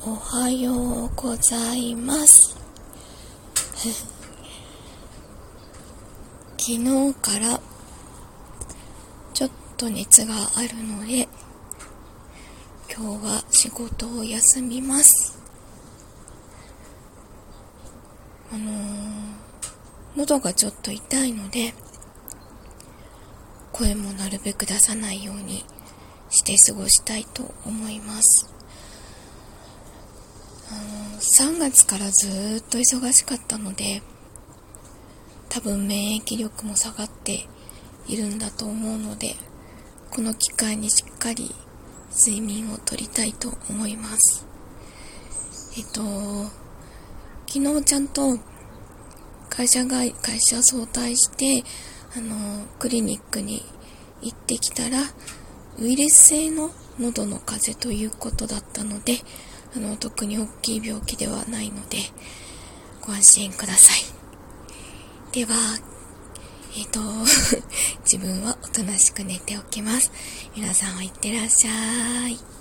おはようございます昨日からちょっと熱があるので今日は仕事を休みます。喉がちょっと痛いので声もなるべく出さないようにして過ごしたいと思います。3月からずっと忙しかったので多分免疫力も下がっているんだと思うのでこの機会にしっかり睡眠をとりたいと思います。昨日ちゃんと会社早退してクリニックに行ってきたらウイルス性の喉の風邪ということだったので特に大きい病気ではないのでご安心ください。では自分はおとなしく寝ておきます。皆さんはいってらっしゃい。